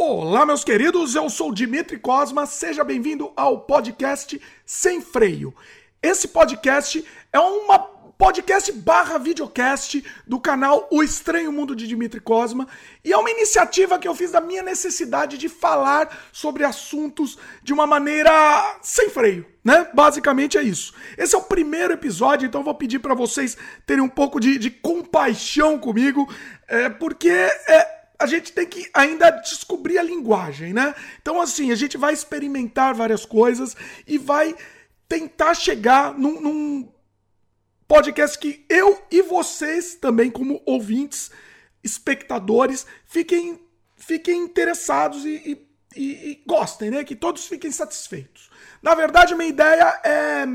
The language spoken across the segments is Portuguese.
Olá, meus queridos, eu sou Dimitri Cosma, seja bem-vindo ao podcast Sem Freio. Esse podcast é uma podcast / videocast do canal O Estranho Mundo de Dimitri Cosma e é uma iniciativa que eu fiz da minha necessidade de falar sobre assuntos de uma maneira sem freio, né? Basicamente é isso. Esse é o primeiro episódio, então eu vou pedir para vocês terem um pouco de compaixão comigo, porque a gente tem que ainda descobrir a linguagem, né? Então, assim, a gente vai experimentar várias coisas e vai tentar chegar num podcast que eu e vocês também, como ouvintes, espectadores, fiquem interessados e gostem, né? Que todos fiquem satisfeitos. Na verdade, a minha ideia é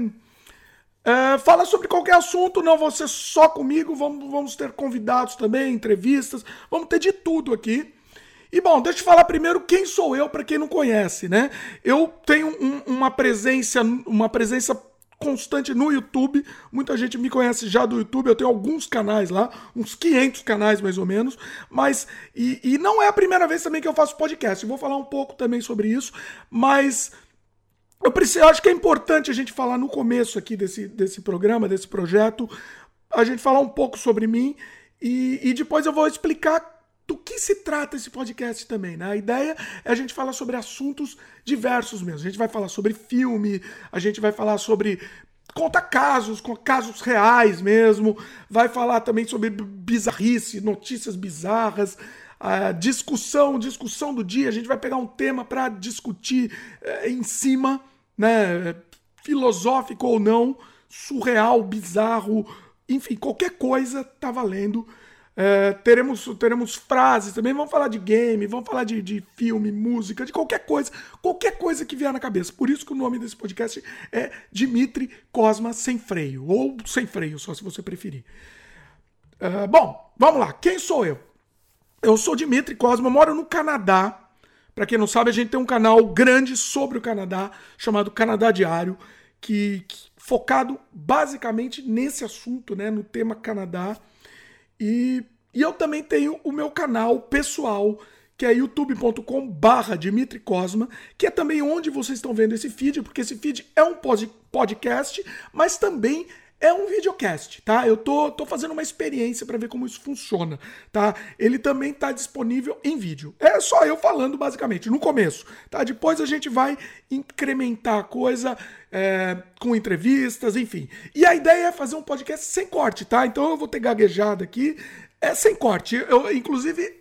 falar sobre qualquer assunto, não vou ser só comigo, vamos ter convidados também, entrevistas, vamos ter de tudo aqui. E bom, deixa eu falar primeiro quem sou eu, para quem não conhece, né? Eu tenho uma presença constante no YouTube, muita gente me conhece já do YouTube, eu tenho alguns canais lá, uns 500 canais mais ou menos, mas, e não é a primeira vez também que eu faço podcast, eu vou falar um pouco também sobre isso, mas eu acho que é importante a gente falar no começo aqui desse programa, desse projeto, a gente falar um pouco sobre mim e depois eu vou explicar do que se trata esse podcast também, né? A ideia é a gente falar sobre assuntos diversos mesmo. A gente vai falar sobre filme, a gente vai falar sobre conta casos, com casos reais mesmo, vai falar também sobre bizarrice, notícias bizarras, a discussão do dia, a gente vai pegar um tema para discutir em cima, né? Filosófico ou não, surreal, bizarro, enfim, qualquer coisa tá valendo. Teremos frases também, vamos falar de game, vamos falar de filme, música, de qualquer coisa que vier na cabeça. Por isso que o nome desse podcast é Dimitri Cosma Sem Freio, ou Sem Freio, só se você preferir. Bom, vamos lá, quem sou eu? Eu sou Dimitri Cosma, moro no Canadá. Pra quem não sabe, a gente tem um canal grande sobre o Canadá, chamado Canadá Diário, que focado basicamente nesse assunto, né, no tema Canadá. E eu também tenho o meu canal pessoal, que é youtube.com/Dimitri Cosma, que é também onde vocês estão vendo esse feed, porque esse feed é um podcast, mas também é um videocast, tá? Eu tô fazendo uma experiência para ver como isso funciona, tá? Ele também tá disponível em vídeo. É só eu falando, basicamente, no começo, tá? Depois a gente vai incrementar a coisa com entrevistas, enfim. E a ideia é fazer um podcast sem corte, tá? Então eu vou ter gaguejada aqui, sem corte. Inclusive,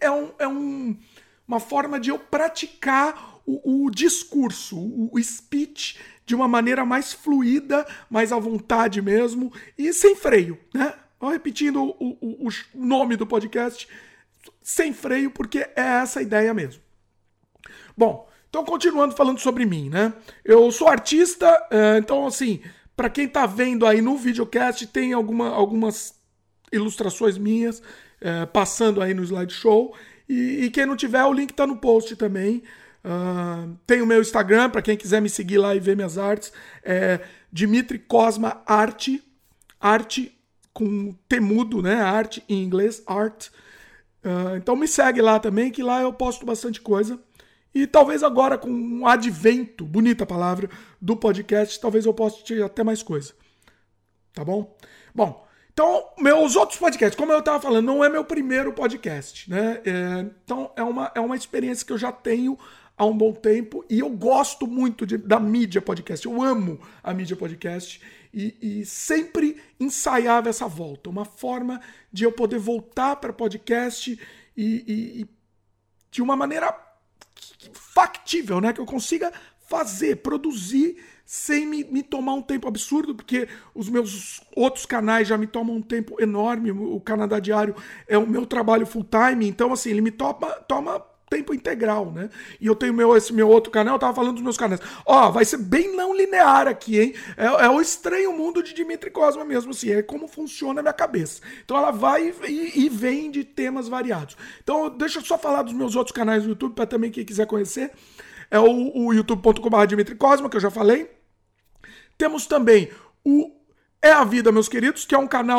uma forma de eu praticar o discurso, o speech, de uma maneira mais fluida, mais à vontade mesmo, e sem freio, né? Repetindo o nome do podcast, Sem Freio, porque é essa a ideia mesmo. Bom, então continuando falando sobre mim, né? Eu sou artista, então assim, para quem tá vendo aí no videocast, tem algumas ilustrações minhas passando aí no slideshow, e quem não tiver, o link tá no post também. Tem o meu Instagram, para quem quiser me seguir lá e ver minhas artes, Dimitri Cosma Arte com T mudo, né? Arte em inglês, art. Então me segue lá também, que lá eu posto bastante coisa. E talvez agora, com um advento, bonita palavra, do podcast, talvez eu poste até mais coisa. Tá bom? Bom, então, meus outros podcasts, como eu estava falando, não é meu primeiro podcast, né? Então, é uma experiência que eu já tenho há um bom tempo e eu gosto muito da mídia podcast. Eu amo a mídia podcast e sempre ensaiava essa volta. Uma forma de eu poder voltar para podcast e de uma maneira factível, né? Que eu consiga produzir sem me tomar um tempo absurdo, porque os meus outros canais já me tomam um tempo enorme. O Canadá Diário é o meu trabalho full time, então assim, ele me toma tempo integral, né? E eu tenho esse meu outro canal, eu tava falando dos meus canais. Vai ser bem não linear aqui, hein? É o estranho mundo de Dimitri Cosma mesmo, assim, é como funciona a minha cabeça. Então ela vai e vem de temas variados. Então deixa eu só falar dos meus outros canais do YouTube, para também quem quiser conhecer. É o youtube.com/Dimitri Cosma, que eu já falei. Temos também o É a Vida, meus queridos, que é um canal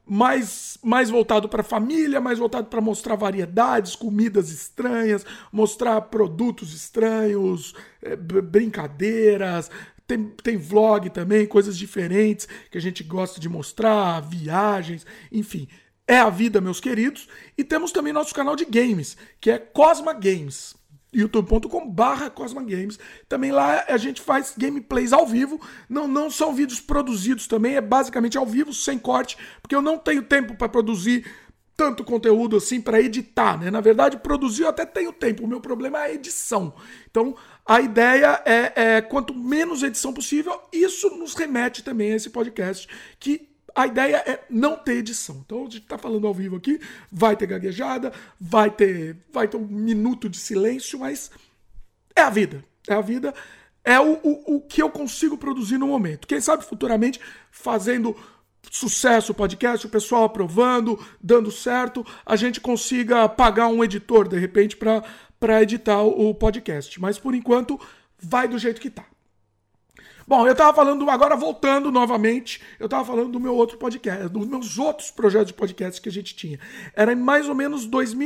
mais voltado para família, mais voltado para mostrar variedades, comidas estranhas, mostrar produtos estranhos, brincadeiras. Tem vlog também, coisas diferentes que a gente gosta de mostrar, viagens, enfim. É a vida, meus queridos. E temos também nosso canal de games, que é Cosma Games. youtube.com/Cosma Games. Também lá a gente faz gameplays ao vivo. Não são vídeos produzidos também, é basicamente ao vivo, sem corte, porque eu não tenho tempo para produzir tanto conteúdo assim para editar, né? Na verdade, produzir eu até tenho tempo, o meu problema é a edição. Então, a ideia é quanto menos edição possível. Isso nos remete também a esse podcast, que a ideia é não ter edição. Então, a gente tá falando ao vivo aqui, vai ter gaguejada, vai ter um minuto de silêncio, mas é a vida. É a vida, é o que eu consigo produzir no momento. Quem sabe futuramente, fazendo sucesso o podcast, o pessoal aprovando, dando certo, a gente consiga pagar um editor, de repente, para editar o podcast. Mas, por enquanto, vai do jeito que tá. Bom, eu tava falando, agora voltando novamente, eu tava falando do meu outro podcast, dos meus outros projetos de podcast que a gente tinha. Era em mais ou menos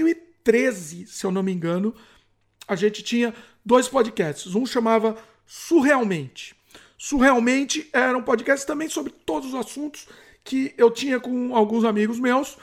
2013, se eu não me engano, a gente tinha 2 podcasts. Um chamava Surrealmente. Surrealmente era um podcast também sobre todos os assuntos que eu tinha com alguns amigos meus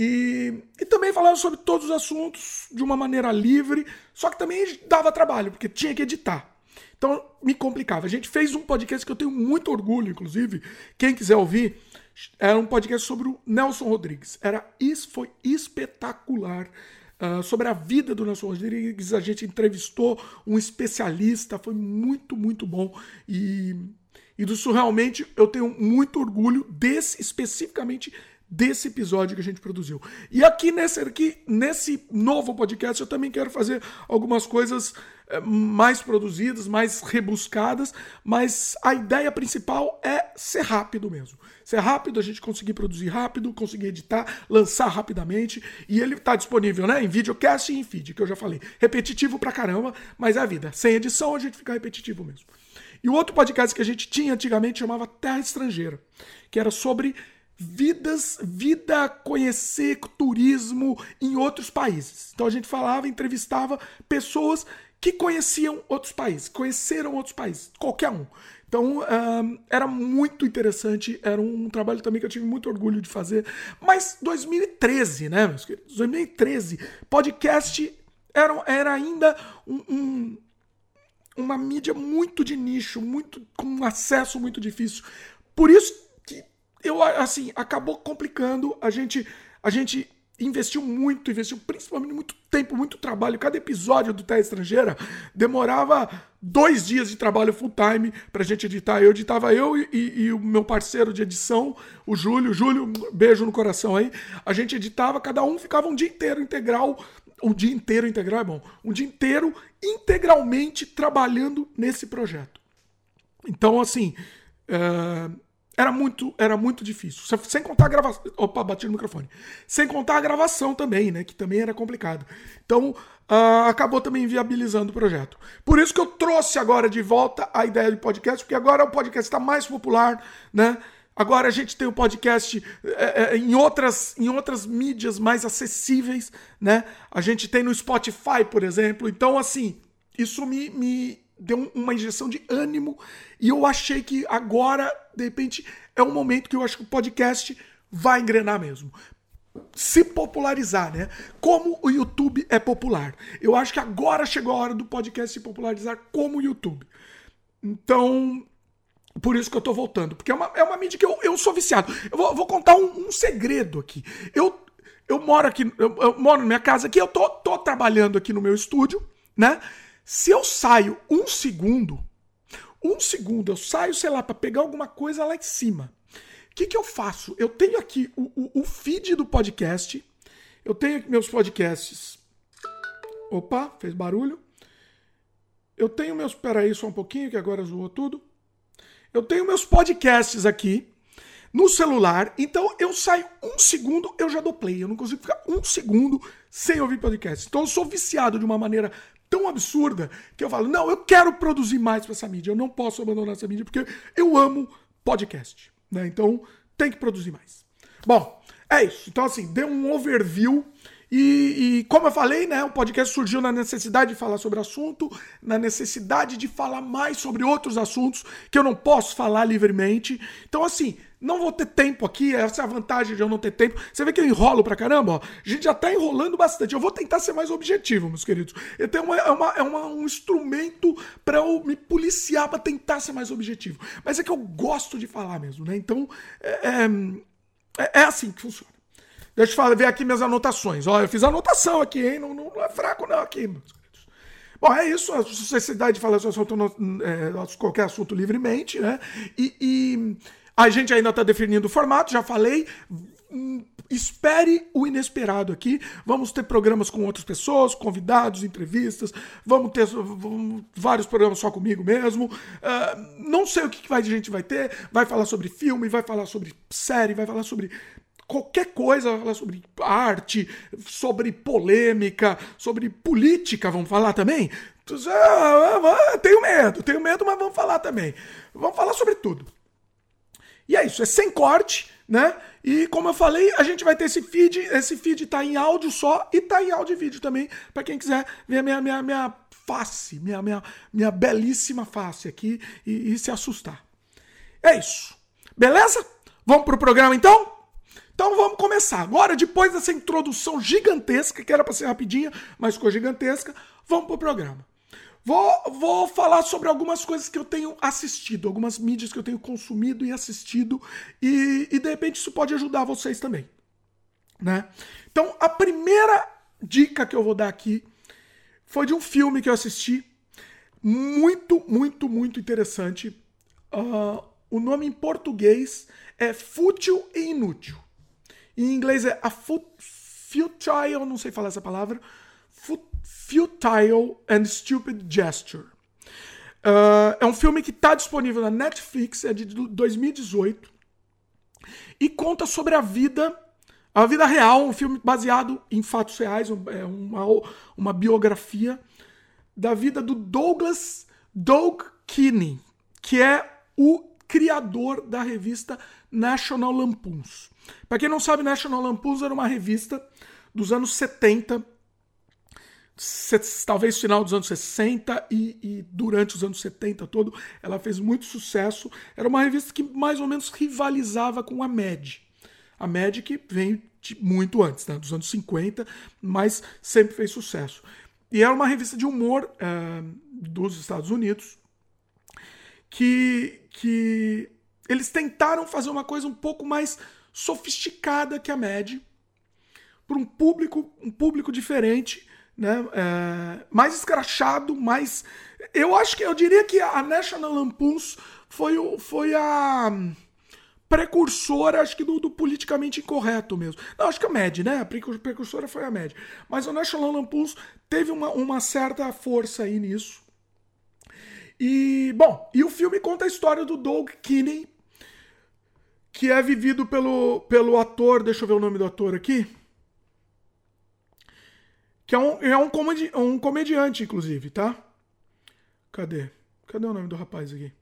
e também falava sobre todos os assuntos de uma maneira livre, só que também dava trabalho, porque tinha que editar. Então, me complicava. A gente fez um podcast que eu tenho muito orgulho, inclusive. Quem quiser ouvir, era um podcast sobre o Nelson Rodrigues. Foi espetacular. Sobre a vida do Nelson Rodrigues, a gente entrevistou um especialista. Foi muito, muito bom. E do Surrealmente, eu tenho muito orgulho especificamente desse episódio que a gente produziu. E aqui nesse novo podcast eu também quero fazer algumas coisas mais produzidas, mais rebuscadas, mas a ideia principal é ser rápido mesmo. Ser rápido, a gente conseguir produzir rápido, conseguir editar, lançar rapidamente, e ele tá disponível, né, em videocast e em feed, que eu já falei. Repetitivo pra caramba, mas é a vida. Sem edição a gente fica repetitivo mesmo. E o outro podcast que a gente tinha antigamente chamava Terra Estrangeira, que era sobre vida, conhecer turismo em outros países. Então a gente falava, entrevistava pessoas que conheciam outros países, conheceram outros países, qualquer um. Então era muito interessante, era um trabalho também que eu tive muito orgulho de fazer. Mas 2013, né, meus queridos? 2013, podcast era ainda uma mídia muito de nicho, com um acesso muito difícil. Por isso que acabou complicando. A gente investiu principalmente muito tempo, muito trabalho. Cada episódio do Terra Estrangeira demorava 2 dias de trabalho full time pra gente editar. Eu editava e o meu parceiro de edição, o Júlio. Júlio, beijo no coração aí. A gente editava, cada um ficava um dia inteiro integral. Um dia inteiro integral é bom. Um dia inteiro integralmente trabalhando nesse projeto. Então, assim, era muito difícil. Sem contar a gravação. Opa, bati no microfone. Sem contar a gravação também, né? Que também era complicado. Então, acabou também inviabilizando o projeto. Por isso que eu trouxe agora de volta a ideia de podcast, porque agora o podcast está mais popular, né? Agora a gente tem o podcast em outras mídias mais acessíveis, né? A gente tem no Spotify, por exemplo. Então, assim, isso me deu uma injeção de ânimo e eu achei que agora, de repente, é um momento que eu acho que o podcast vai engrenar mesmo. Se popularizar, né? Como o YouTube é popular. Eu acho que agora chegou a hora do podcast se popularizar como o YouTube. Então, por isso que eu tô voltando. Porque é uma mídia que eu sou viciado. Eu vou contar um segredo aqui. Eu moro aqui, eu moro na minha casa aqui, eu tô trabalhando aqui no meu estúdio, né? Se eu saio um segundo, eu saio, sei lá, pra pegar alguma coisa lá em cima. O que eu faço? Eu tenho aqui o feed do podcast. Eu tenho aqui meus podcasts. Opa, fez barulho. Eu tenho meus... Peraí só um pouquinho, que agora zoou tudo. Eu tenho meus podcasts aqui no celular. Então eu saio um segundo, eu já dou play. Eu não consigo ficar um segundo sem ouvir podcast. Então eu sou viciado de uma maneira tão absurda que eu falo, não, eu quero produzir mais pra essa mídia. Eu não posso abandonar essa mídia porque eu amo podcast, né? Então tem que produzir mais. Bom, É isso. Então, assim, dê um overview. E como eu falei, né, o podcast surgiu na necessidade de falar sobre o assunto, na necessidade de falar mais sobre outros assuntos que eu não posso falar livremente. Então, assim, não vou ter tempo aqui, essa é a vantagem de eu não ter tempo. Você vê que eu enrolo pra caramba, ó. A gente já tá enrolando bastante. Eu vou tentar ser mais objetivo, meus queridos. Então, um instrumento pra eu me policiar pra tentar ser mais objetivo. Mas é que eu gosto de falar mesmo, né? Então, é assim que funciona. Deixa eu ver aqui minhas anotações. Olha, eu fiz anotação aqui, hein? Não é fraco não aqui, meus queridos. Bom, é isso. A necessidade de falar sobre qualquer assunto livremente, né? E a gente ainda está definindo o formato, já falei. Espere o inesperado aqui. Vamos ter programas com outras pessoas, convidados, entrevistas. Vamos ter vários programas só comigo mesmo. Não sei o que a gente vai ter. Vai falar sobre filme, vai falar sobre série, vai falar sobre qualquer coisa, vai falar sobre arte, sobre polêmica, sobre política, vamos falar também? Tenho medo, mas vamos falar também. Vamos falar sobre tudo. E é isso, é sem corte, né? E como eu falei, a gente vai ter esse feed tá em áudio só e tá em áudio e vídeo também, para quem quiser ver a minha face, minha belíssima face aqui e se assustar. É isso. Beleza? Vamos pro programa então? Então vamos começar. Agora, depois dessa introdução gigantesca, que era para ser rapidinha, mas ficou gigantesca, vamos pro programa. Vou falar sobre algumas coisas que eu tenho assistido, algumas mídias que eu tenho consumido e assistido, e de repente isso pode ajudar vocês também, né? Então, a primeira dica que eu vou dar aqui foi de um filme que eu assisti, muito, muito, muito interessante. O nome em português é Fútil e Inútil. Em inglês é Futile, não sei falar essa palavra, Futile and Stupid Gesture. É um filme que está disponível na Netflix, é de 2018, e conta sobre a vida real, um filme baseado em fatos reais, é uma biografia da vida do Doug Kinney, que é o criador da revista National Lampoons. Para quem não sabe, National Lampoons era uma revista dos anos 70, talvez final dos anos 60 e durante os anos 70 todo, ela fez muito sucesso. Era uma revista que mais ou menos rivalizava com a Mad. A Mad que vem de muito antes, né, dos anos 50, mas sempre fez sucesso. E era uma revista de humor dos Estados Unidos que eles tentaram fazer uma coisa um pouco mais sofisticada que a Mad, para um público diferente, né? Mais escrachado, mais... Eu diria que a National Lampoons foi a precursora, acho que do politicamente incorreto mesmo. Não, acho que a Mad, né? A precursora foi a Mad. Mas a National Lampoons teve uma certa força aí nisso. E o filme conta a história do Doug Kinney, que é vivido pelo ator, deixa eu ver o nome do ator aqui, que é um comediante, inclusive, tá? Cadê o nome do rapaz aqui?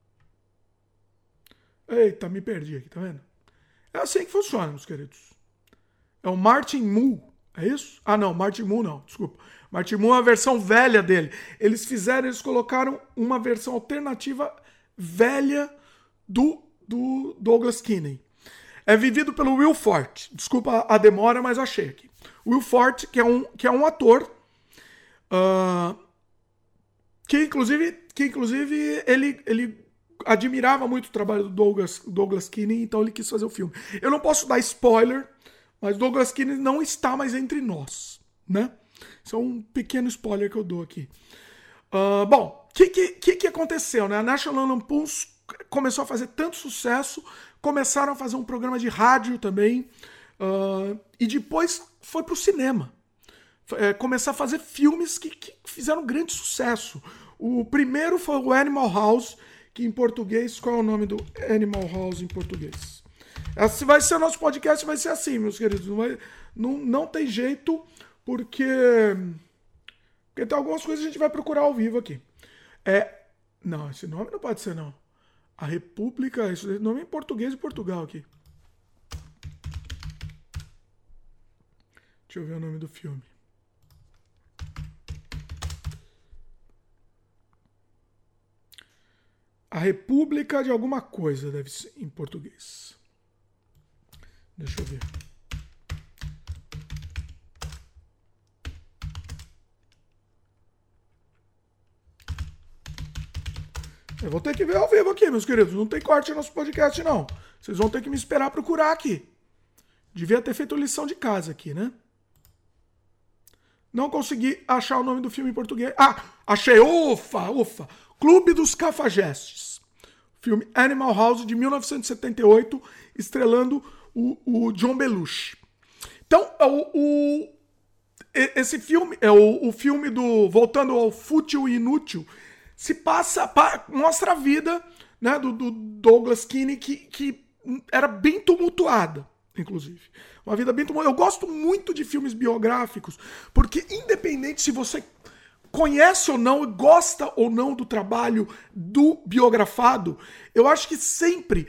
Eita, me perdi aqui, tá vendo? É assim que funciona, meus queridos. É o Martin Mull, é isso? Ah, não, Martin Mull não, desculpa. Martin Mull é a versão velha dele. Eles colocaram uma versão alternativa velha do Douglas Kinney. É vivido pelo Will Forte. Desculpa a demora, mas eu achei aqui. Will Forte, que é um ator que inclusive ele admirava muito o trabalho do Douglas Kinney, então ele quis fazer o filme. Eu não posso dar spoiler, mas Douglas Kinney não está mais entre nós, né? Isso é um pequeno spoiler que eu dou aqui. O que aconteceu, né? A National Lampoons começou a fazer tanto sucesso, começaram a fazer um programa de rádio também, e depois foi pro cinema. Começar a fazer filmes que fizeram grande sucesso. O primeiro foi o Animal House, que em português, qual é o nome do Animal House em português? Se vai ser o nosso podcast, vai ser assim, meus queridos. Não tem jeito, porque tem algumas coisas que a gente vai procurar ao vivo aqui. Não, esse nome não pode ser, não. A República, esse nome é em português de Portugal aqui. Deixa eu ver o nome do filme. A República de alguma coisa, deve ser em português. Deixa eu ver. Eu vou ter que ver ao vivo aqui, meus queridos. Não tem corte no nosso podcast, não. Vocês vão ter que me esperar procurar aqui. Devia ter feito lição de casa aqui, né? Não consegui achar o nome do filme em português. Ah, achei! Ufa! Clube dos Cafajestes. Filme Animal House de 1978, estrelando o John Belushi. Então, esse filme é o filme do... Voltando ao Fútil e Inútil, se passa... Mostra a vida, né, do Douglas Kinney, que era bem tumultuada, inclusive. Uma vida bem tumultuada. Eu gosto muito de filmes biográficos, porque independente se você conhece ou não, gosta ou não do trabalho do biografado, eu acho que sempre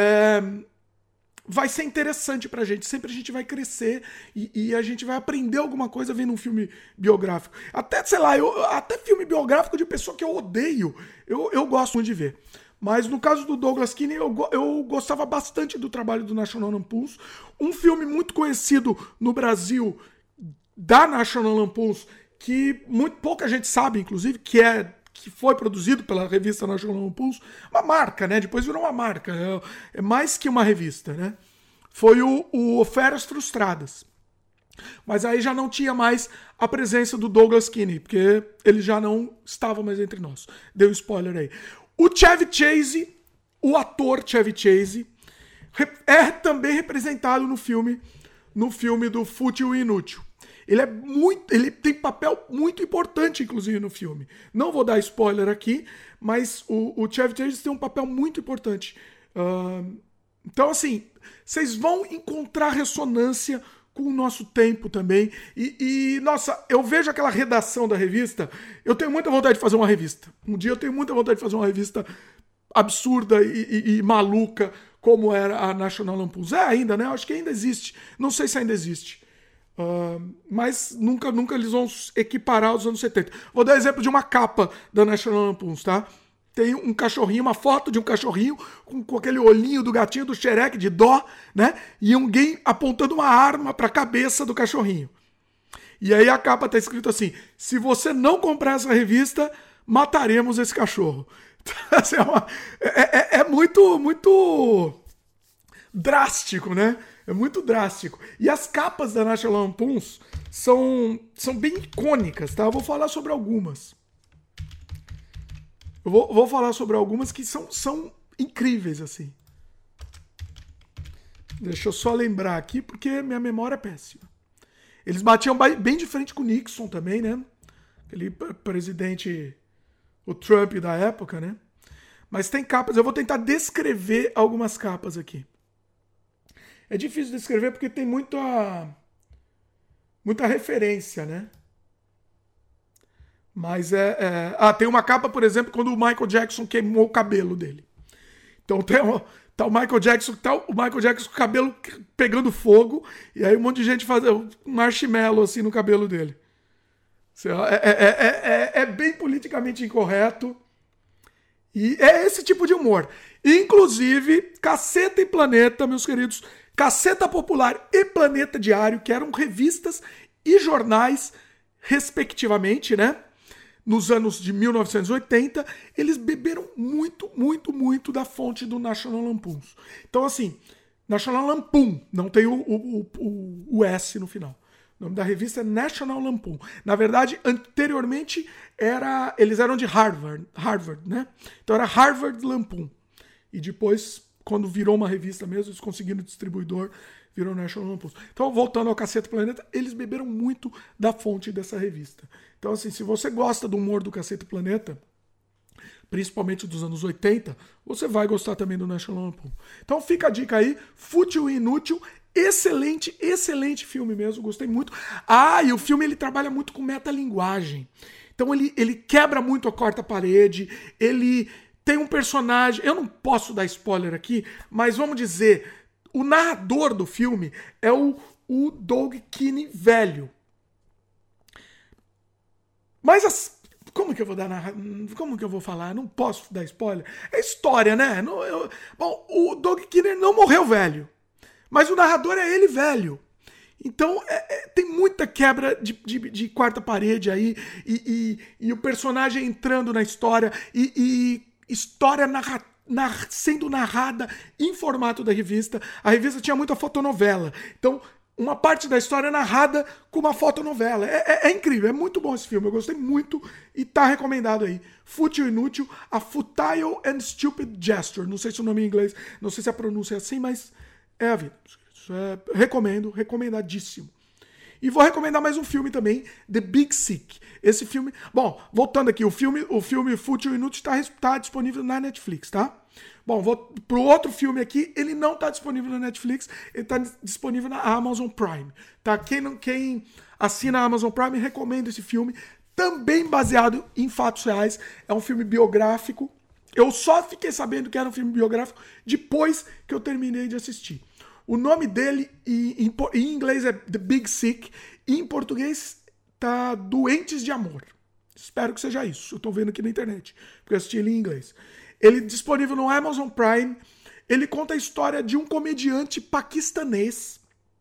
vai ser interessante pra gente. Sempre a gente vai crescer e a gente vai aprender alguma coisa vendo um filme biográfico. Até, sei lá, até filme biográfico de pessoa que eu odeio, eu gosto muito de ver. Mas no caso do Douglas Kinney, eu gostava bastante do trabalho do National Lampoon's. Um filme muito conhecido no Brasil da National Lampoon's, que muito pouca gente sabe, inclusive, que foi produzido pela revista National Lampoon's, uma marca, né? Depois virou uma marca, é mais que uma revista, né? Foi o Férias Frustradas. Mas aí já não tinha mais a presença do Douglas Kinney, porque ele já não estava mais entre nós. Deu spoiler aí. O Chevy Chase, o ator Chevy Chase, é também representado no filme do Fútil e Inútil. Ele tem papel muito importante, inclusive, no filme. Não vou dar spoiler aqui, mas o Chevy Chase tem um papel muito importante. Então, assim, vocês vão encontrar ressonância com o nosso tempo também. Nossa, eu vejo aquela redação da revista, eu tenho muita vontade de fazer uma revista. Um dia eu tenho muita vontade de fazer uma revista absurda e maluca, como era a National Lampoon's. Ainda, né? Eu acho que ainda existe. Não sei se ainda existe. Mas nunca eles vão equiparar aos anos 70. Vou dar exemplo de uma capa da National Lampoon's, tá? Tem um cachorrinho, uma foto de um cachorrinho com aquele olhinho do gatinho do Shrek, de dó, né? E alguém apontando uma arma pra cabeça do cachorrinho. E aí a capa tá escrito assim: se você não comprar essa revista, mataremos esse cachorro. Assim, é muito drástico, né? É muito drástico. E as capas da National Lampoon's são bem icônicas, tá? Eu vou falar sobre algumas. Eu vou falar sobre algumas que são incríveis, assim. Deixa eu só lembrar aqui, porque minha memória é péssima. Eles batiam bem de frente com o Nixon também, né? Aquele presidente, o Trump da época, né? Mas tem capas, eu vou tentar descrever algumas capas aqui. É difícil descrever porque tem muita referência, né? Mas tem uma capa, por exemplo, quando o Michael Jackson queimou o cabelo dele. Então tá o Michael Jackson com o cabelo pegando fogo, e aí um monte de gente faz um marshmallow assim no cabelo dele. É bem politicamente incorreto. E é esse tipo de humor. Inclusive, Caceta e Planeta, meus queridos, Caceta Popular e Planeta Diário, que eram revistas e jornais, respectivamente, né? Nos anos de 1980, eles beberam muito da fonte do National Lampoon's. Então, assim, National Lampoon, não tem o S no final. O nome da revista é National Lampoon. Na verdade, anteriormente, eles eram de Harvard, né? Então era Harvard Lampoon. E depois, quando virou uma revista mesmo, eles conseguiram o distribuidor, virou National Lampoon. Então, voltando ao Caceta Planeta, eles beberam muito da fonte dessa revista. Então, assim, se você gosta do humor do Caceta Planeta, principalmente dos anos 80, você vai gostar também do National Lampoon. Então, fica a dica aí, Fútil e Inútil, excelente filme mesmo, gostei muito. E o filme ele trabalha muito com metalinguagem. Então, ele quebra muito a quarta parede, ele tem um personagem, eu não posso dar spoiler aqui, mas vamos dizer, o narrador do filme é o o Doug Kinney velho. Mas como que eu vou como que eu vou falar? Não posso dar spoiler. É história, né? Bom, o Doug Kinney não morreu velho, mas o narrador é ele velho. Então tem muita quebra de quarta parede aí e o personagem entrando na história e história sendo narrada em formato da revista. A revista tinha muita fotonovela. Então, uma parte da história é narrada com uma fotonovela. É incrível, é muito bom esse filme. Eu gostei muito e tá recomendado aí. Fútil e Inútil, A Futile and Stupid Gesture. Não sei se o nome em inglês, não sei se a pronúncia é assim, mas é a vida. Recomendo, recomendadíssimo. E vou recomendar mais um filme também, The Big Sick. Esse filme... Bom, voltando aqui, o filme Fútil e Inútil tá disponível na Netflix, tá? Bom, vou pro outro filme aqui, ele não tá disponível na Netflix, ele tá disponível na Amazon Prime, tá? Quem assina a Amazon Prime, recomendo esse filme, também baseado em fatos reais, é um filme biográfico. Eu só fiquei sabendo que era um filme biográfico depois que eu terminei de assistir. O nome dele em inglês é The Big Sick, e em português tá Doentes de Amor. Espero que seja isso. Eu tô vendo aqui na internet, porque eu assisti ele em inglês. Ele é disponível no Amazon Prime. Ele conta a história de um comediante paquistanês,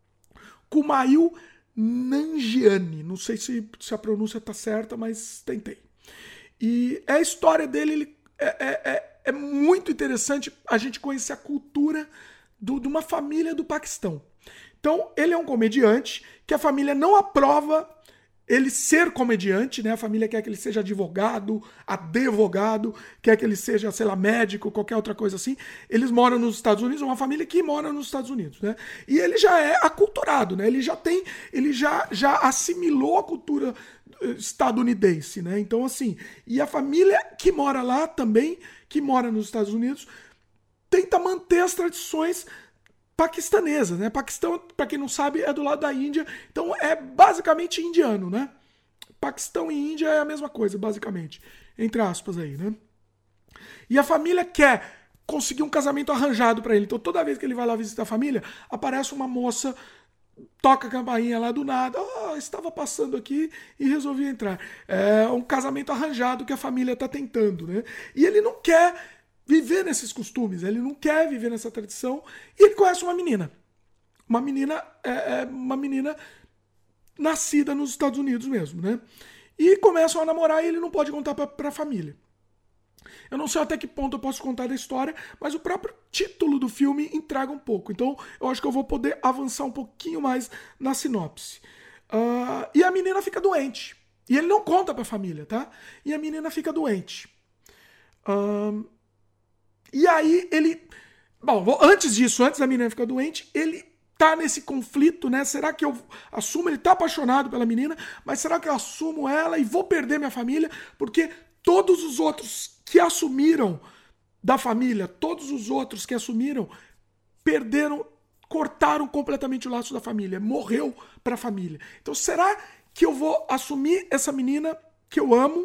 Kumail Nanjiani. Não sei se a pronúncia tá certa, mas tentei. E a história dele é muito interessante a gente conhecer a cultura de uma família do Paquistão. Então, ele é um comediante que a família não aprova ele ser comediante, né? A família quer que ele seja advogado, advogado, quer que ele seja, sei lá, médico, qualquer outra coisa assim. Eles moram nos Estados Unidos, uma família que mora nos Estados Unidos, né? E ele já é aculturado, né? Ele já assimilou a cultura estadunidense, né? Então, assim, e a família que mora lá também, que mora nos Estados Unidos, tenta manter as tradições paquistanesas, né? Paquistão, para quem não sabe, é do lado da Índia, então é basicamente indiano, né? Paquistão e Índia é a mesma coisa, basicamente, entre aspas aí, né? E a família quer conseguir um casamento arranjado para ele, então toda vez que ele vai lá visitar a família, aparece uma moça, toca a campainha lá do nada, estava passando aqui e resolvi entrar. É um casamento arranjado que a família tá tentando, né? E ele não quer viver nesses costumes, ele não quer viver nessa tradição, e ele conhece uma menina. Uma menina nascida nos Estados Unidos mesmo, né? E começam a namorar e ele não pode contar para a família. Eu não sei até que ponto eu posso contar da história, mas o próprio título do filme entrega um pouco. Então eu acho que eu vou poder avançar um pouquinho mais na sinopse. E a menina fica doente. E ele não conta para a família, tá? E a menina fica doente. E aí ele... Bom, antes disso, antes da menina ficar doente, ele tá nesse conflito, né? Será que eu assumo? Ele tá apaixonado pela menina, mas será que eu assumo ela e vou perder minha família? Porque todos os outros que assumiram da família, todos os outros que assumiram, perderam, cortaram completamente o laço da família. Morreu pra família. Então será que eu vou assumir essa menina que eu amo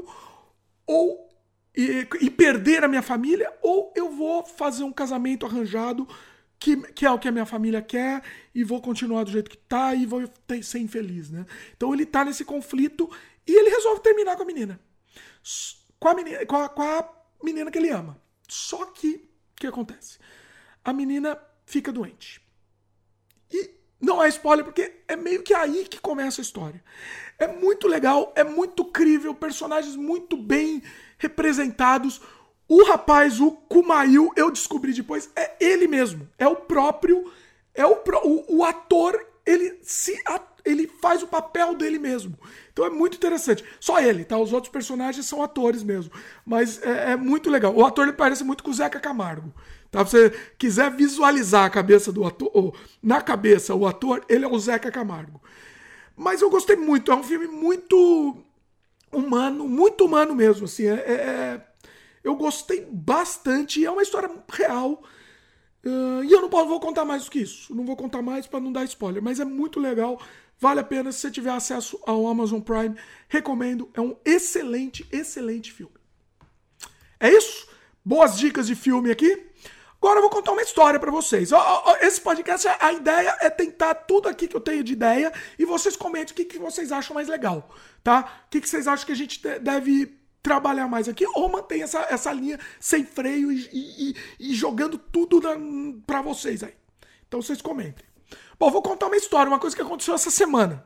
e perder a minha família, ou eu vou fazer um casamento arranjado que é o que a minha família quer e vou continuar do jeito que tá e vou ser infeliz, né? Então ele tá nesse conflito e ele resolve terminar com a menina. Com a menina que ele ama. Só que, o que acontece? A menina fica doente. E não é spoiler, porque é meio que aí que começa a história. É muito legal, é muito crível, personagens muito bem representados. O rapaz, o Kumail, eu descobri depois, é ele mesmo. É o próprio... O ator, ele faz o papel dele mesmo. Então é muito interessante. Só ele, tá? Os outros personagens são atores mesmo. Mas é muito legal. O ator, ele parece muito com o Zeca Camargo. Tá? Se você quiser visualizar a cabeça do ator, na cabeça o ator, ele é o Zeca Camargo. Mas eu gostei muito. É um filme muito humano mesmo. Assim. Eu gostei bastante. É uma história real. E eu não vou contar mais do que isso. Não vou contar mais para não dar spoiler. Mas é muito legal. Vale a pena. Se você tiver acesso ao Amazon Prime, recomendo. É um excelente filme. É isso? Boas dicas de filme aqui. Agora eu vou contar uma história pra vocês. Esse podcast, a ideia é tentar tudo aqui que eu tenho de ideia e vocês comentem o que vocês acham mais legal, tá? O que vocês acham que a gente deve trabalhar mais aqui ou manter essa linha sem freio e jogando tudo pra vocês aí. Então vocês comentem. Bom, vou contar uma história, uma coisa que aconteceu essa semana.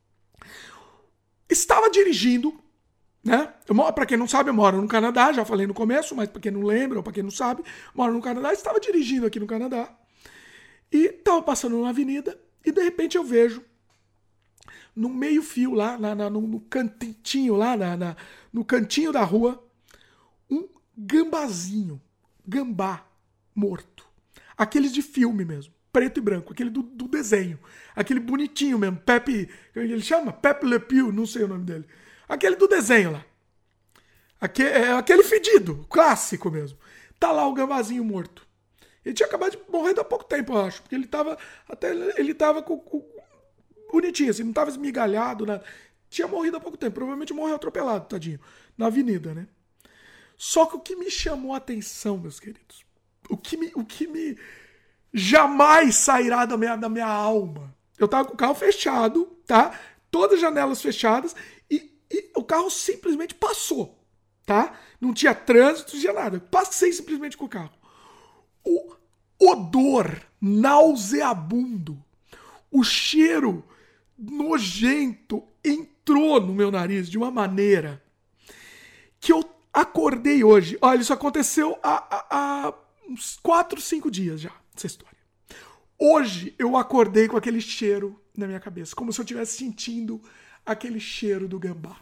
Estava dirigindo, né? Pra quem não sabe, eu moro no Canadá, já falei no começo, mas pra quem não lembra ou pra quem não sabe, moro no Canadá, estava dirigindo aqui no Canadá e estava passando numa avenida e de repente eu vejo no meio fio lá, no cantinho lá, no cantinho da rua, um gambazinho, gambá morto. Aqueles de filme mesmo, preto e branco, aquele do desenho, aquele bonitinho mesmo, Pepe, ele chama? Pepe Le Pew, não sei o nome dele. Aquele do desenho lá. Aquele fedido, clássico mesmo. Tá lá o gambazinho morto. Ele tinha acabado de morrer há pouco tempo, eu acho, porque ele tava com bonitinho, assim, não tava esmigalhado, nada. Tinha morrido há pouco tempo, provavelmente morreu atropelado, tadinho, na avenida, né? Só que o que me chamou a atenção, meus queridos, o que me jamais sairá da minha alma. Eu tava com o carro fechado, tá? Todas as janelas fechadas e o carro simplesmente passou, tá? Não tinha trânsito, não tinha nada. Passei simplesmente com o carro. O odor nauseabundo, o cheiro nojento entrou no meu nariz de uma maneira que eu acordei hoje. Olha, isso aconteceu há uns 4, 5 dias já, essa história. Hoje eu acordei com aquele cheiro na minha cabeça, como se eu estivesse sentindo aquele cheiro do gambá.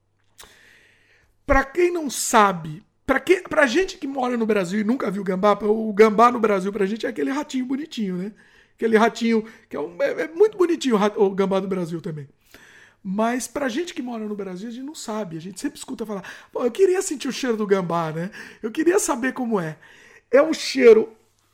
Pra quem não sabe, pra gente que mora no Brasil e nunca viu gambá, o gambá no Brasil pra gente é aquele ratinho bonitinho, né? Aquele ratinho, que é muito bonitinho o gambá do Brasil também. Mas pra gente que mora no Brasil, a gente não sabe. A gente sempre escuta falar, pô, eu queria sentir o cheiro do gambá, né? Eu queria saber como é. É um cheiro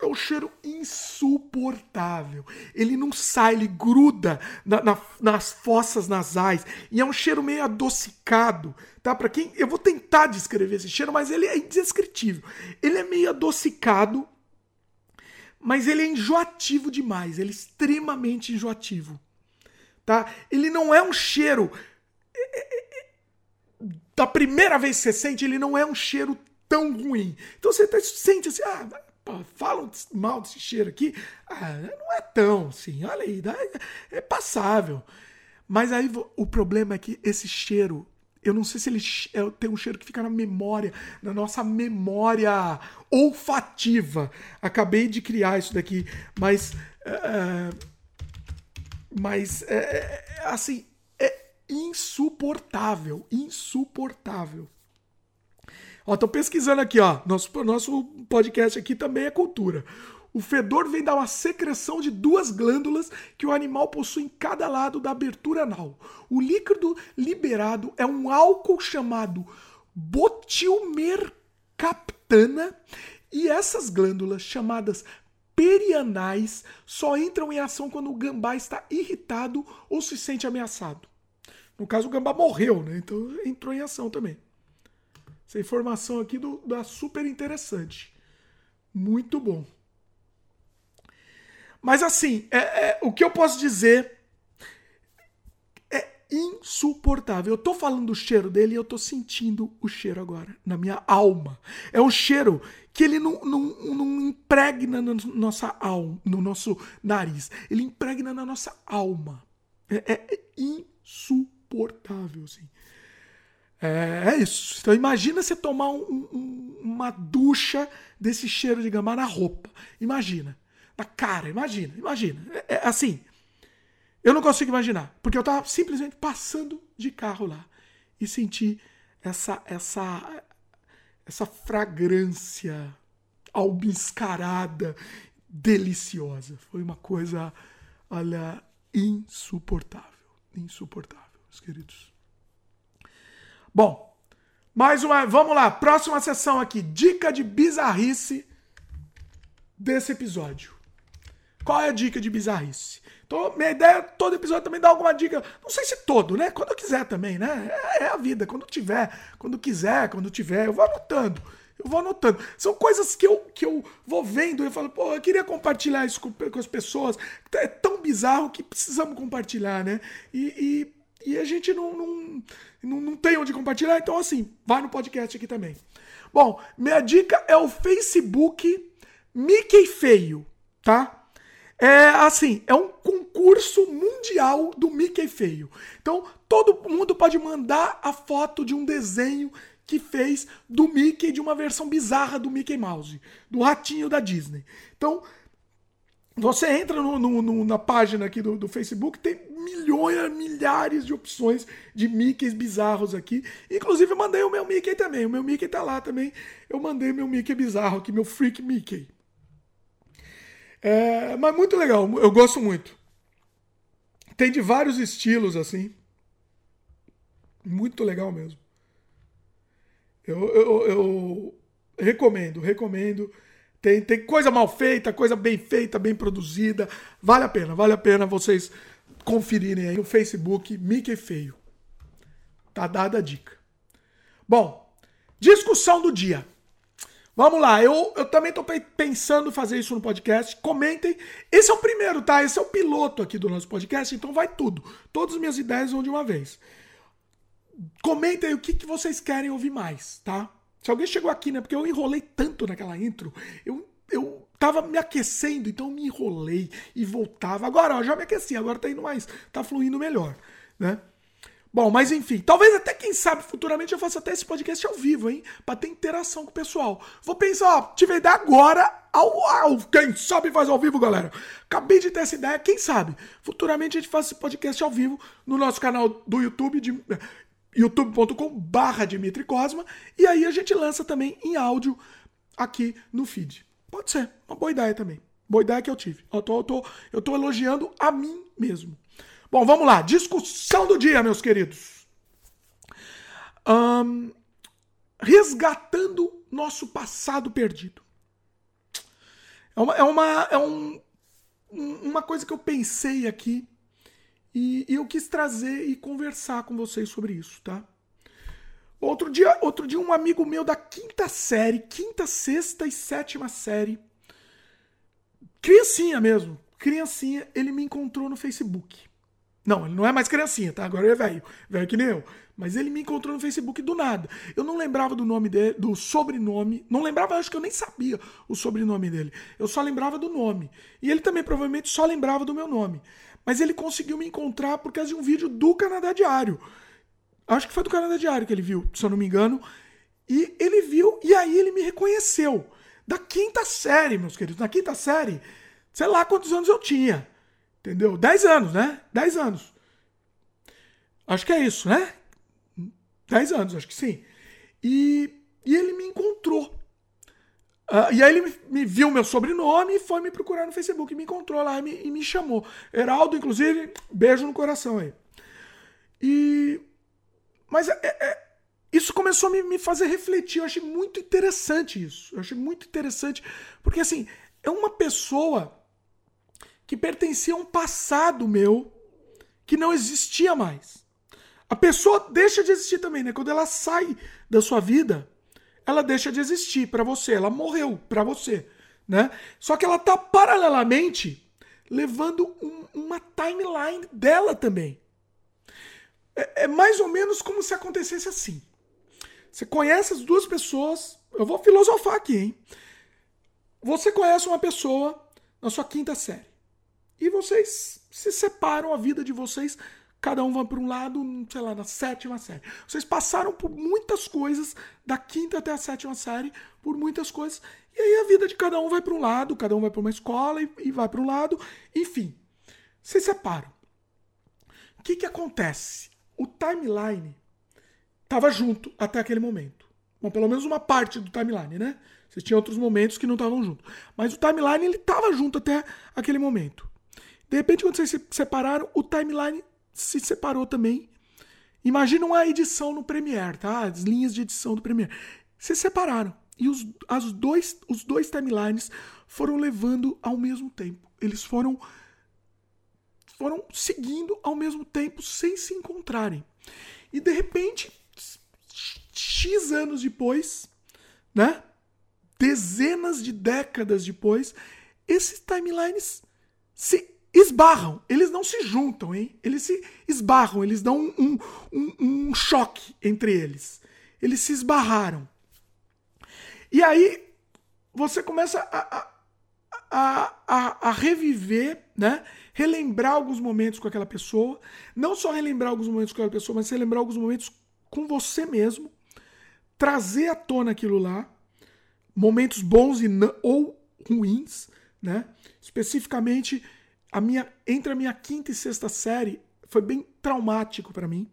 insuportável. Ele não sai, ele gruda nas fossas nasais. E é um cheiro meio adocicado, tá? Pra quem, eu vou tentar descrever esse cheiro, mas ele é indescritível. Ele é meio adocicado, mas ele é enjoativo demais. Ele é extremamente enjoativo. Tá? Ele não é um cheiro... Da primeira vez que você sente, ele não é um cheiro tão ruim. Então você sente assim... falam mal desse cheiro aqui. Não é tão assim. Olha aí, é passável. Mas aí o problema é que esse cheiro... Eu não sei se ele tem um cheiro que fica na memória, na nossa memória olfativa. Acabei de criar isso daqui, mas assim, é insuportável. Insuportável. Ó, tô pesquisando aqui, ó. Nosso podcast aqui também é cultura. O fedor vem da uma secreção de 2 glândulas que o animal possui em cada lado da abertura anal. O líquido liberado é um álcool chamado botilmercaptana e essas glândulas, chamadas perianais, só entram em ação quando o gambá está irritado ou se sente ameaçado. No caso, o gambá morreu, né? Então entrou em ação também. Essa informação aqui da super interessante. Muito bom. Mas assim, o que eu posso dizer é insuportável. Eu tô falando do cheiro dele e eu tô sentindo o cheiro agora, na minha alma. É um cheiro que ele não impregna na nossa alma, no nosso nariz. Ele impregna na nossa alma. É insuportável, assim. É isso. Então imagina você tomar uma ducha desse cheiro de gambá na roupa. Imagina. Na cara, imagina. Assim, eu não consigo imaginar. Porque eu tava simplesmente passando de carro lá e senti essa fragrância albiscarada, deliciosa. Foi uma coisa, olha, insuportável. Insuportável, meus queridos. Bom, vamos lá, próxima sessão aqui, dica de bizarrice desse episódio. Qual é a dica de bizarrice? Então, minha ideia é todo episódio também dar alguma dica, não sei se todo, né? Quando eu quiser também, né? É a vida, quando quiser, eu vou anotando. Eu vou anotando. São coisas que eu vou vendo e eu falo, pô, eu queria compartilhar isso com as pessoas. É tão bizarro que precisamos compartilhar, né? E a gente não tem onde compartilhar, então assim, vai no podcast aqui também. Bom, minha dica é o Facebook Mickey Feio, tá? É assim, é um concurso mundial do Mickey Feio. Então, todo mundo pode mandar a foto de um desenho que fez do Mickey, de uma versão bizarra do Mickey Mouse, do ratinho da Disney. Então, você entra na página aqui do Facebook, tem milhares de opções de Mickeys bizarros aqui. Inclusive, eu mandei o meu Mickey também. O meu Mickey tá lá também. Eu mandei meu Mickey bizarro aqui, meu Freak Mickey. Mas muito legal, eu gosto muito. Tem de vários estilos, assim. Muito legal mesmo. Eu recomendo. Tem coisa mal feita, coisa bem feita, bem produzida. Vale a pena vocês conferirem aí no Facebook Mickey Feio. Tá dada a dica. Bom, discussão do dia. Vamos lá, eu também tô pensando em fazer isso no podcast. Comentem. Esse é o primeiro, tá? Esse é o piloto aqui do nosso podcast, então vai tudo. Todas as minhas ideias vão de uma vez. Comentem aí o que vocês querem ouvir mais, tá? Se alguém chegou aqui, né? Porque eu enrolei tanto naquela intro. Eu tava me aquecendo, então eu me enrolei e voltava. Agora, ó, já me aqueci, agora tá indo mais. Tá fluindo melhor, né? Bom, mas enfim, talvez até, quem sabe, futuramente eu faça até esse podcast ao vivo, hein? Pra ter interação com o pessoal. Vou pensar, ó, tive ideia agora, quem sabe faz ao vivo, galera. Acabei de ter essa ideia, quem sabe? Futuramente a gente faz esse podcast ao vivo no nosso canal do YouTube, youtube.com/Dimitri Cosma, e aí a gente lança também em áudio aqui no feed. Pode ser, uma boa ideia também. Boa ideia que eu tive. Eu tô elogiando a mim mesmo. Bom, vamos lá. Discussão do dia, meus queridos. Resgatando nosso passado perdido. Uma coisa que eu pensei aqui e eu quis trazer e conversar com vocês sobre isso, tá? Outro dia um amigo meu da quinta, sexta e sétima série, criancinha, ele me encontrou no Facebook. Não, ele não é mais criancinha, tá? Agora ele é velho que nem eu. Mas ele me encontrou no Facebook do nada. Eu não lembrava do nome dele, do sobrenome. Não lembrava, acho que eu nem sabia o sobrenome dele. Eu só lembrava do nome. E ele também provavelmente só lembrava do meu nome. Mas ele conseguiu me encontrar por causa de um vídeo do Canadá Diário. Acho que foi do Canadá Diário que ele viu, se eu não me engano. E ele viu, e aí ele me reconheceu. Da quinta série, meus queridos. Na quinta série, sei lá quantos anos eu tinha. Entendeu? 10 anos, né? 10 anos. Acho que é isso, né? 10 anos, acho que sim. E ele me encontrou. E aí ele me viu meu sobrenome e foi me procurar no Facebook. Me encontrou lá e me chamou. Heraldo, inclusive, beijo no coração aí. Mas isso começou a me fazer refletir. Eu achei muito interessante isso. Eu achei muito interessante. Porque, assim, é uma pessoa que pertencia a um passado meu que não existia mais. A pessoa deixa de existir também, né? Quando ela sai da sua vida, ela deixa de existir para você. Ela morreu para você, né? Só que ela tá paralelamente levando uma timeline dela também. É mais ou menos como se acontecesse assim. Você conhece as duas pessoas. Eu vou filosofar aqui, hein? Você conhece uma pessoa na sua quinta série. E vocês se separam, a vida de vocês, cada um vai para um lado, sei lá, na sétima série. Vocês passaram por muitas coisas, da quinta até a sétima série, por muitas coisas, e aí a vida de cada um vai para um lado, cada um vai para uma escola e vai para um lado, enfim. Vocês separam. O que acontece? O timeline estava junto até aquele momento. Bom, pelo menos uma parte do timeline, né? Vocês tinham outros momentos que não estavam juntos. Mas o timeline, ele estava junto até aquele momento. De repente, quando vocês se separaram, o timeline se separou também. Imagina uma edição no Premiere, tá? As linhas de edição do Premiere. Se separaram. E os dois timelines foram levando ao mesmo tempo. Eles foram seguindo ao mesmo tempo sem se encontrarem. E de repente, X anos depois, né? dezenas de décadas depois, esses timelines se esbarram. Eles não se juntam, hein? Eles se esbarram, eles dão um choque entre eles. Eles se esbarraram. E aí você começa a reviver, né? Relembrar alguns momentos com aquela pessoa. Não só relembrar alguns momentos com aquela pessoa, mas relembrar alguns momentos com você mesmo. Trazer à tona aquilo lá. Momentos bons ou ruins, né? Especificamente, entre a minha quinta e sexta série, foi bem traumático para mim.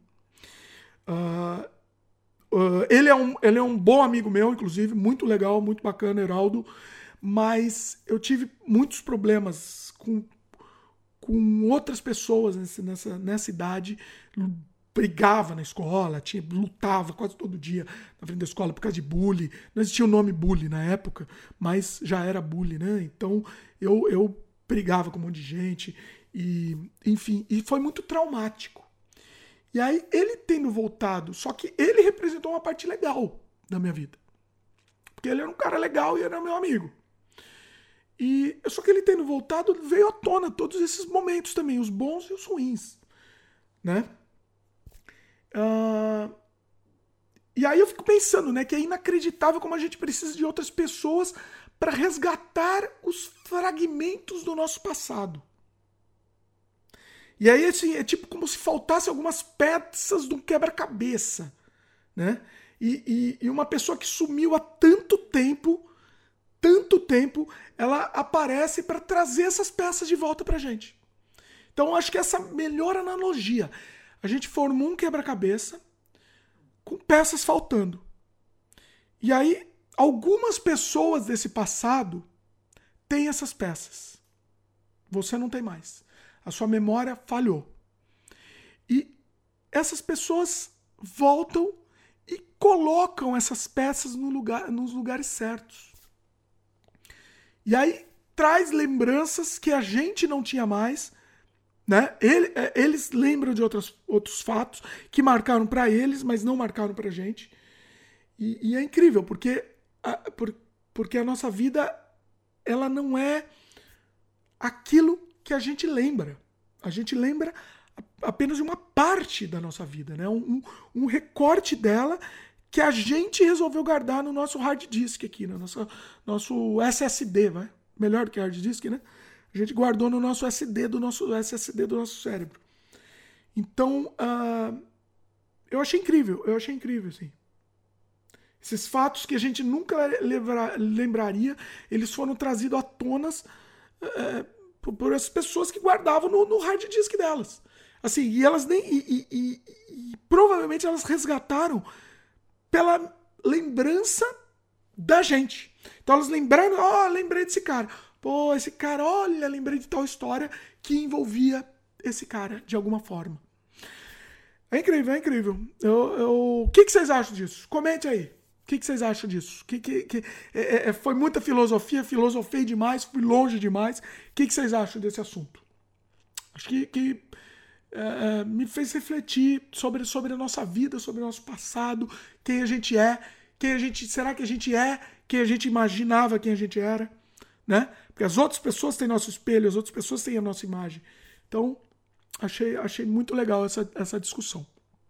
Ele é um bom amigo meu, inclusive, muito legal, muito bacana, Heraldo, mas eu tive muitos problemas com outras pessoas nessa idade. Brigava na escola, lutava quase todo dia na frente da escola por causa de bullying. Não existia o nome bullying na época, mas já era bullying, né? Então eu brigava com um monte de gente, e enfim, e foi muito traumático. E aí ele tendo voltado, só que ele representou uma parte legal da minha vida. Porque ele era um cara legal e era meu amigo. E só que ele tendo voltado, veio à tona todos esses momentos também, os bons e os ruins, né? E aí eu fico pensando, né, que é inacreditável como a gente precisa de outras pessoas para resgatar os fragmentos do nosso passado. E aí assim, é tipo como se faltasse algumas peças de um quebra-cabeça, né? E uma pessoa que sumiu há tanto tempo, ela aparece para trazer essas peças de volta pra gente. Então eu acho que essa é a melhor analogia. A gente formou um quebra-cabeça com peças faltando. E aí, algumas pessoas desse passado têm essas peças. Você não tem mais. A sua memória falhou. E essas pessoas voltam e colocam essas peças nos lugares certos. E aí, traz lembranças que a gente não tinha mais, né? Eles lembram de outros fatos que marcaram para eles, mas não marcaram pra gente. E é incrível, porque a nossa vida, ela não é aquilo que a gente lembra. A gente lembra apenas de uma parte da nossa vida, né? Um recorte dela que a gente resolveu guardar no nosso hard disk aqui, no nosso SSD, vai? Melhor do que hard disk, né? A gente guardou no nosso SSD do nosso cérebro. Então, eu achei incrível, assim. Esses fatos que a gente nunca lembraria, eles foram trazidos à tona por essas pessoas que guardavam no hard disk delas. Assim, e elas e provavelmente elas resgataram pela lembrança da gente. Então elas lembraram, lembrei desse cara. Pô, esse cara, olha, lembrei de tal história que envolvia esse cara, de alguma forma. É incrível, é incrível. O que vocês acham disso? Comente aí. O que vocês acham disso? Foi muita filosofia, filosofei demais, fui longe demais. O que vocês acham desse assunto? Acho que me fez refletir sobre a nossa vida, sobre o nosso passado, quem a gente é, será que a gente é quem a gente imaginava quem a gente era, né? Porque as outras pessoas têm nosso espelho, as outras pessoas têm a nossa imagem. Então, achei muito legal essa discussão.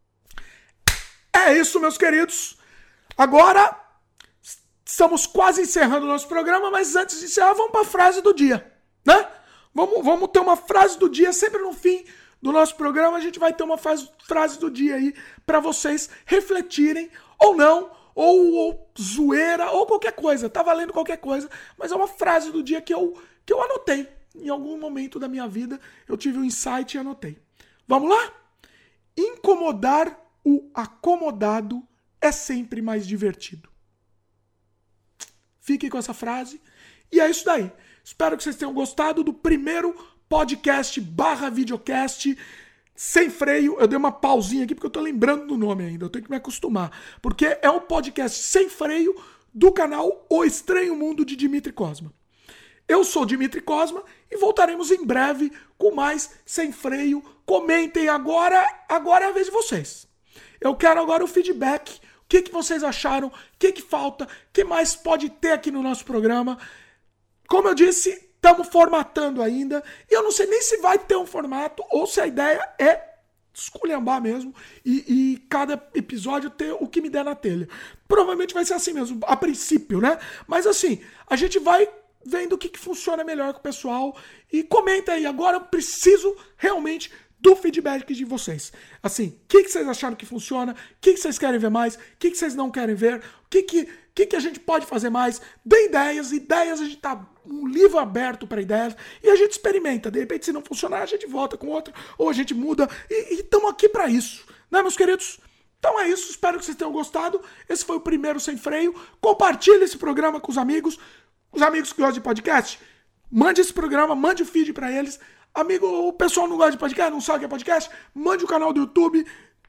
É isso, meus queridos. Agora, estamos quase encerrando o nosso programa, mas antes de encerrar, vamos para a frase do dia, né? Vamos ter uma frase do dia, sempre no fim do nosso programa, a gente vai ter uma frase do dia aí para vocês refletirem, ou não, ou zoeira, ou qualquer coisa, tá valendo qualquer coisa, mas é uma frase do dia que eu anotei. Em algum momento da minha vida, eu tive um insight e anotei. Vamos lá? Incomodar o acomodado é sempre mais divertido. Fiquem com essa frase. E é isso daí. Espero que vocês tenham gostado do primeiro podcast / videocast sem freio. Eu dei uma pausinha aqui porque eu tô lembrando do nome ainda. Eu tenho que me acostumar. Porque é um podcast sem freio do canal O Estranho Mundo de Dimitri Cosma. Eu sou Dimitri Cosma e voltaremos em breve com mais Sem Freio. Comentem agora é a vez de vocês. Eu quero agora o feedback. que vocês acharam, o que falta, o que mais pode ter aqui no nosso programa. Como eu disse, estamos formatando ainda, e eu não sei nem se vai ter um formato, ou se a ideia é esculhambar mesmo, e cada episódio ter o que me der na telha. Provavelmente vai ser assim mesmo, a princípio, né? Mas assim, a gente vai vendo o que funciona melhor com o pessoal, e comenta aí, agora eu preciso realmente do feedback de vocês. Assim, o que vocês acharam que funciona? O que vocês querem ver mais? O que vocês não querem ver? O que a gente pode fazer mais? Dê ideias, a gente tá um livro aberto para ideias, e a gente experimenta. De repente, se não funcionar, a gente volta com outro, ou a gente muda, e estamos aqui para isso, né, meus queridos? Então é isso, espero que vocês tenham gostado. Esse foi o primeiro Sem Freio. Compartilhe esse programa com os amigos que gostam de podcast. Mande esse programa, mande o feed para eles. Amigo, o pessoal não gosta de podcast, não sabe o que é podcast, mande o canal do YouTube,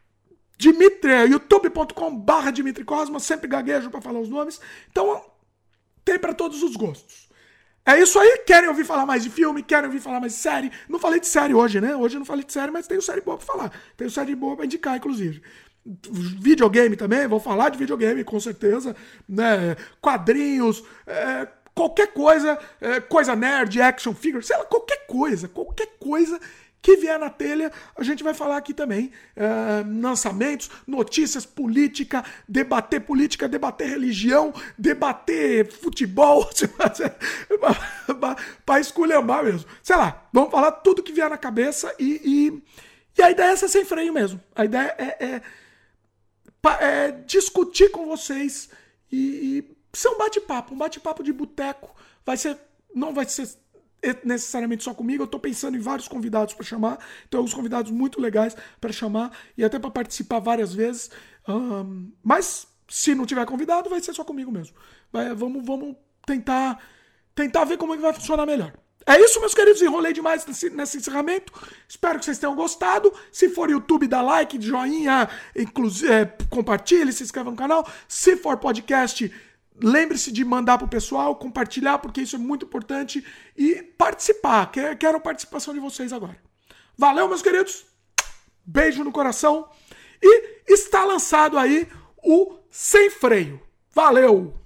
youtube.com/Dimitri Cosma, sempre gaguejo para falar os nomes. Então, tem para todos os gostos. É isso aí, querem ouvir falar mais de filme, querem ouvir falar mais de série. Não falei de série hoje, né? Hoje eu não falei de série, mas tenho série boa pra falar. Tenho série boa pra indicar, inclusive. Videogame também, vou falar de videogame, com certeza. Né? Quadrinhos, qualquer coisa, coisa nerd, action figure, sei lá, qualquer coisa que vier na telha, a gente vai falar aqui também. Lançamentos, notícias, política, debater religião, debater futebol, pra esculhambar mesmo. Sei lá, vamos falar tudo que vier na cabeça e a ideia é ser sem freio mesmo. A ideia é discutir com vocês e ser um bate-papo de boteco. Não vai ser necessariamente só comigo, eu tô pensando em vários convidados para chamar, tem alguns convidados muito legais para chamar e até para participar várias vezes, mas se não tiver convidado, vai ser só comigo mesmo. Vamos tentar ver como é que vai funcionar melhor. É isso, meus queridos, enrolei demais nesse encerramento, espero que vocês tenham gostado. Se for YouTube, dá like, joinha, compartilhe, se inscreva no canal. Se for podcast, lembre-se de mandar pro pessoal, compartilhar, porque isso é muito importante, e participar. Quero a participação de vocês agora. Valeu, meus queridos. Beijo no coração. E está lançado aí o Sem Freio. Valeu!